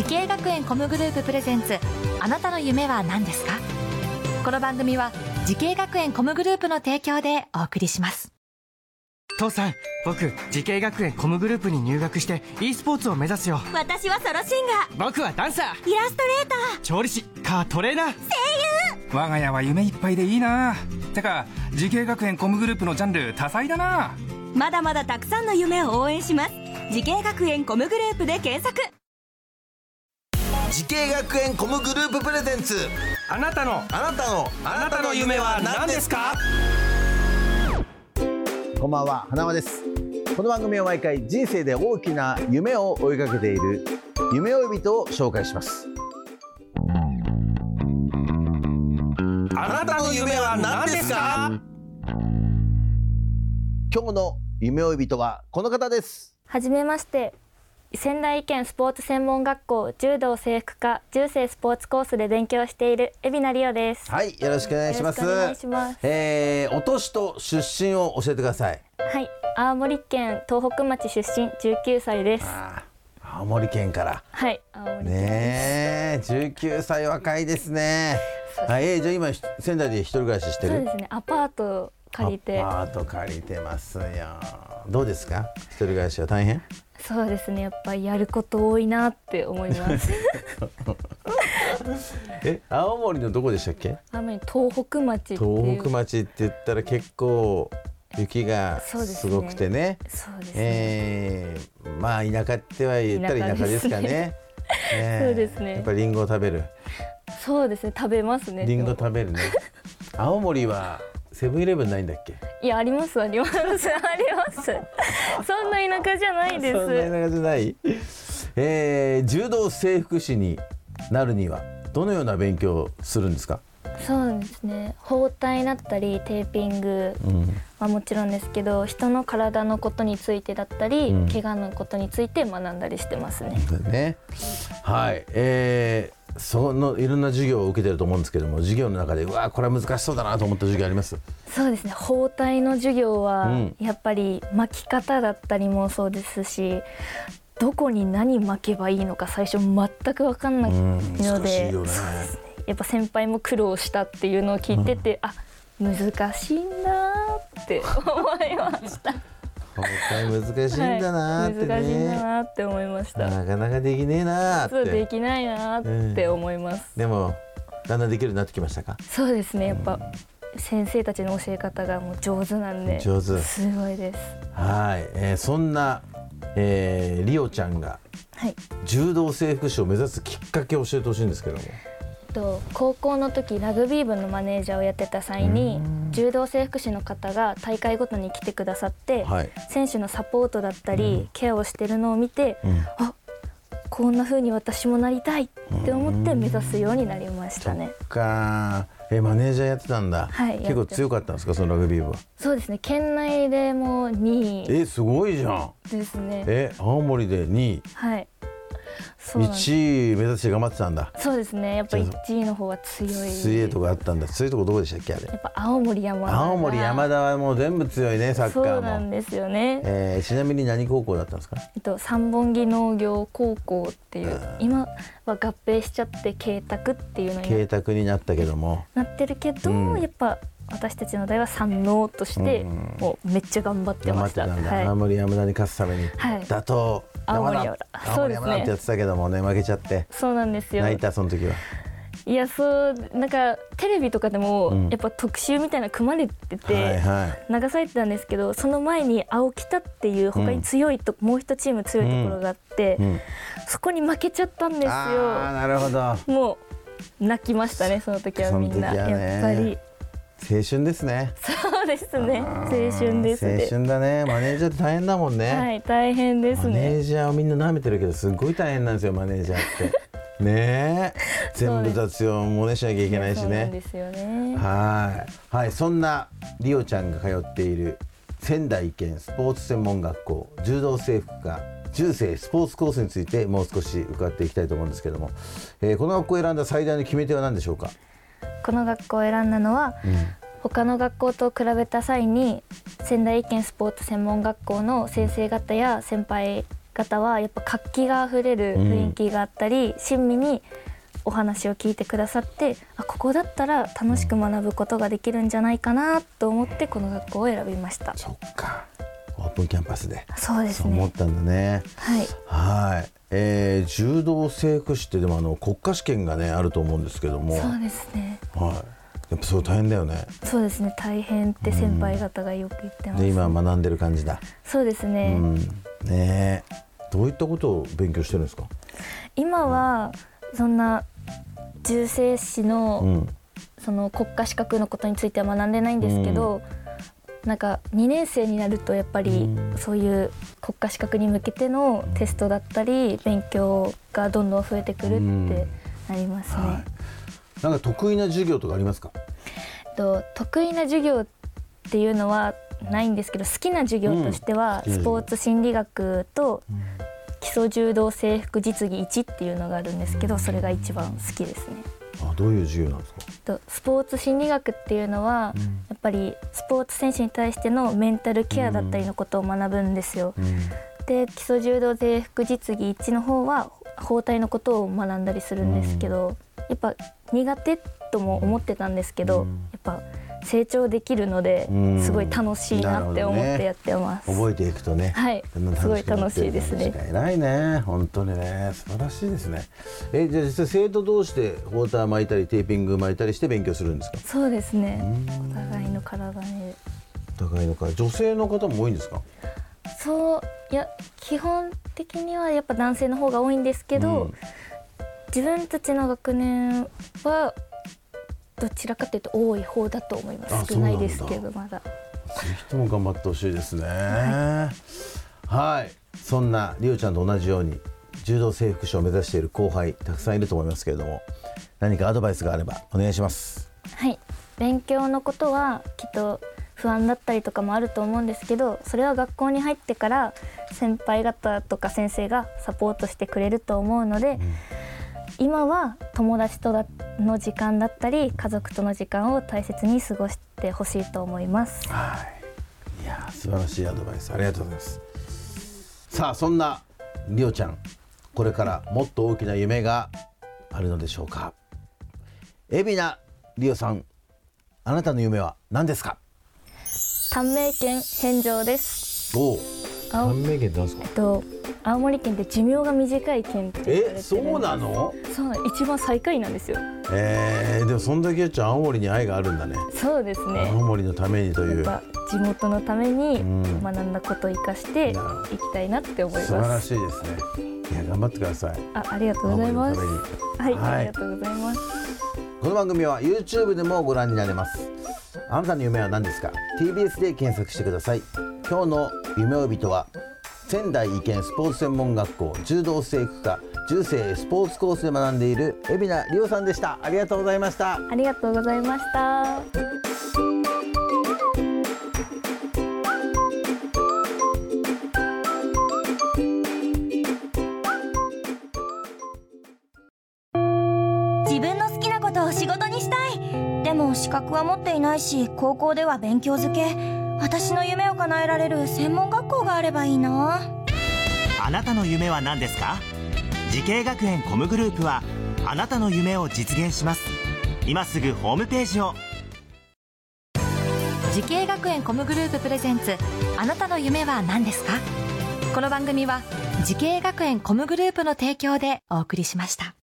時系学園コムグループプレゼンツ、あなたの夢は何ですか？この番組は時系学園コムグループの提供でお送りします。 父さん、僕時系学園コムグループに入学して e スポーツを目指すよ。 私はソロシンガー、 僕はダンサー、 イラストレーター、 調理師、カートレーナー、声優。我が家は夢いっぱいでいいな。てか時系学園コムグループのジャンル多彩だな。 まだまだたくさんの夢を応援します。時系学園コムグループで検索。 時系学園コムグループプレゼンツ、 あなたの夢は何ですか？ こんばんは、花輪です。この番組は毎回人生で大きな夢を追いかけている夢追い人を紹介します。 あなたの夢は何ですか？ 今日の夢追い人はこの方です。 はじめまして、仙台県スポーツ専門学校柔道制服科柔生スポーツコースで勉強している海老名里央です。 はい、よろしくお願いします。 よろしくお願いします。 お年と出身を教えてください。 はい、青森県東北町出身19歳です。 青森県から。 はい、青森県ねえ、19歳若いですね。じゃあ今仙台で一人暮らししてる？ そうですね、アパート借りて。 アパート借りてますよ。どうですか、一人暮らしは大変？ そうですね、やっぱりやること多いなって思います青森のどこでしたっけ？ 青森東北町っていう。 東北町って言ったら結構雪がすごくてね。 そうですね。 まあ田舎っては言ったら田舎ですかね。 そうですね。 やっぱりリンゴを食べる。 そうですね、食べますね。 リンゴ食べるね。青森はセブンイレブンないんだっけ？ いや、ありますありますあります。そんな田舎じゃないです。 そんな田舎じゃない。柔道整復師になるにはどのような勉強をするんですか？ そうですね、包帯だったりテーピングはもちろんですけど、人の体のことについてだったり、怪我のことについて学んだりしてますね。 はい、そのいろんな授業を受けてると思うんですけども、授業の中でこれは難しそうだなと思った授業あります？ そうですね、包帯の授業はやっぱり巻き方だったりもそうですし、どこに何巻けばいいのか最初全く分かんないので、そうですね、やっぱ先輩も苦労したっていうのを聞いてて、難しいなって思いました包帯難しいんだなってね、 難しいんだなって思いました。 なかなかできねえなって。 そう、できないなって思います。 でもだんだんできるようになってきましたか？ そうですね、やっぱ先生たちの教え方がもう上手なんで。 上手、 すごいです。 はい、そんな、里央ちゃんが柔道整復師を目指すきっかけを教えてほしいんですけども。 高校の時ラグビー部のマネージャーをやってた際に、柔道整復師の方が大会ごとに来てくださって、選手のサポートだったり、ケアをしてるのを見て、こんな風に私もなりたいって思って目指すようになりましたね。 そっか、マネージャーやってたんだ。結構強かったんですか、そのラグビー部は？そうですね、県内でも2位。 すごいじゃん。 ですね。 青森で2位。 はい。 1位目指して頑張ってたんだ。そうですね、 やっぱり1位の方は強い。 水泳とかあったんだ。強いとこどこでしたっけ、あれ？ やっぱ青森山田。 青森山田はもう全部強いね、サッカーも。 そうなんですよね。 ちなみに何高校だったんですか？ 三本木農業高校っていう、今は合併しちゃって慶卓っていうのに慶卓になったけどもなってるけど、やっぱ私たちの代は三能としてもうめっちゃ頑張ってました。 青森山田に勝つために、打倒青森山田、 青森山田ってやってたけどもね、負けちゃって。 そうなんですよ。 泣いた、その時は？ いや、なんかテレビとかでもやっぱ特集みたいな組まれてて流されてたんですけど、その前に青北っていう他に強いと、もう一チーム強いところがあって、そこに負けちゃったんですよ。 なるほど。 もう泣きましたね、その時はみんな。やっぱり青春ですね。 そうですね、青春ですね。 青春だね。マネージャーって大変だもんね。 はい、大変ですね。 マネージャーをみんな舐めてるけど、すごい大変なんですよ、マネージャーってね。全部雑用もねしなきゃいけないしね。そうなんですよね。はい、そんな里央ちゃんが通っている仙台県スポーツ専門学校柔道整復科柔生スポーツコースについてもう少し伺っていきたいと思うんですけども、この学校を選んだ最大の決め手は何でしょうか？ この学校を選んだのは、他の学校と比べた際に仙台県スポーツ専門学校の先生方や先輩方はやっぱ活気があふれる雰囲気があったり、親身にお話を聞いてくださって、ここだったら楽しく学ぶことができるんじゃないかなと思ってこの学校を選びました。 そっか、オープンキャンパスでそうですね、 そう思ったんだね。 はい、 柔道整復師ってでも国家試験がねあると思うんですけども。 そうですね、 はい、やっぱそう大変だよね。 そうですね、大変って先輩方がよく言ってます、 で今は学んでる感じだ。 そうですね、 ねえ、どういったことを勉強してるんですか？ 今はそんな重生師の、その国家資格のことについては学んでないんですけど、なんか2年生になるとやっぱりそういう国家資格に向けてのテストだったり勉強がどんどん増えてくるってなりますね。 なんか得意な授業とかありますか？ 得意な授業っていうのはないんですけど、好きな授業としてはスポーツ心理学と基礎柔道整復実技1っていうのがあるんですけど、それが一番好きですね。 どういう授業なんですか？ スポーツ心理学っていうのは、やっぱりスポーツ選手に対してのメンタルケアだったりのことを学ぶんですよ。で、基礎柔道整復実技1の方は包帯のことを学んだりするんですけど、やっぱ苦手とも思ってたんですけど、やっぱ成長できるのですごい楽しいなって思ってやってます。 覚えていくとね、 はい、すごい楽しいですね。 偉いね、本当にね、素晴らしいですね。じゃあ実際生徒同士で包帯巻いたりテーピング巻いたりして勉強するんですか？ そうですね、お互いの体に。 お互いの体、女性の方も多いんですか？ そう、いや基本的にはやっぱ男性の方が多いんですけど、自分たちの学年はどちらかというと多い方だと思います。少ないですけどまだ。ぜひとも頑張ってほしいですね。はい、そんなりおちゃんと同じように柔道整復師を目指している後輩たくさんいると思いますけれども、何かアドバイスがあればお願いします。 はい、勉強のことはきっと不安だったりとかもあると思うんですけど、それは学校に入ってから先輩方とか先生がサポートしてくれると思うので、今は友達との時間だったり家族との時間を大切に過ごしてほしいと思います。 はい、いや素晴らしいアドバイスありがとうございます。さあ、そんなりおちゃん、これからもっと大きな夢があるのでしょうか？海老名りおさん、あなたの夢は何ですか？ 短命県返上です。 短命県って何ですか？ 青森県って寿命が短い県って言われてるんです。 そうなの？ そう、一番最下位なんですよ。 でもそんだけ言っちゃ青森に愛があるんだね。 そうですね、 青森のためにという、 やっぱ地元のために学んだことを生かしていきたいなって思います。 素晴らしいですね。いや頑張ってください。 ありがとうございます。はい、ありがとうございます。 この番組は YouTube でもご覧になれます。あなたの夢は何ですか？ TBS で検索してください。今日の夢追い人は仙台医研スポーツ専門学校柔道整復科柔整スポーツコースで学んでいる海老名りおさんでした。ありがとうございました。 ありがとうございました。 自分の好きなことを仕事にしたい。でも資格は持っていないし、高校では勉強づけ。私の夢を叶えられる専門学校があればいいな。 あなたの夢は何ですか？慈恵学園コムグループはあなたの夢を実現します。今すぐホームページを。 慈恵学園コムグループプレゼンツ、あなたの夢は何ですか？この番組は慈恵学園コムグループの提供でお送りしました。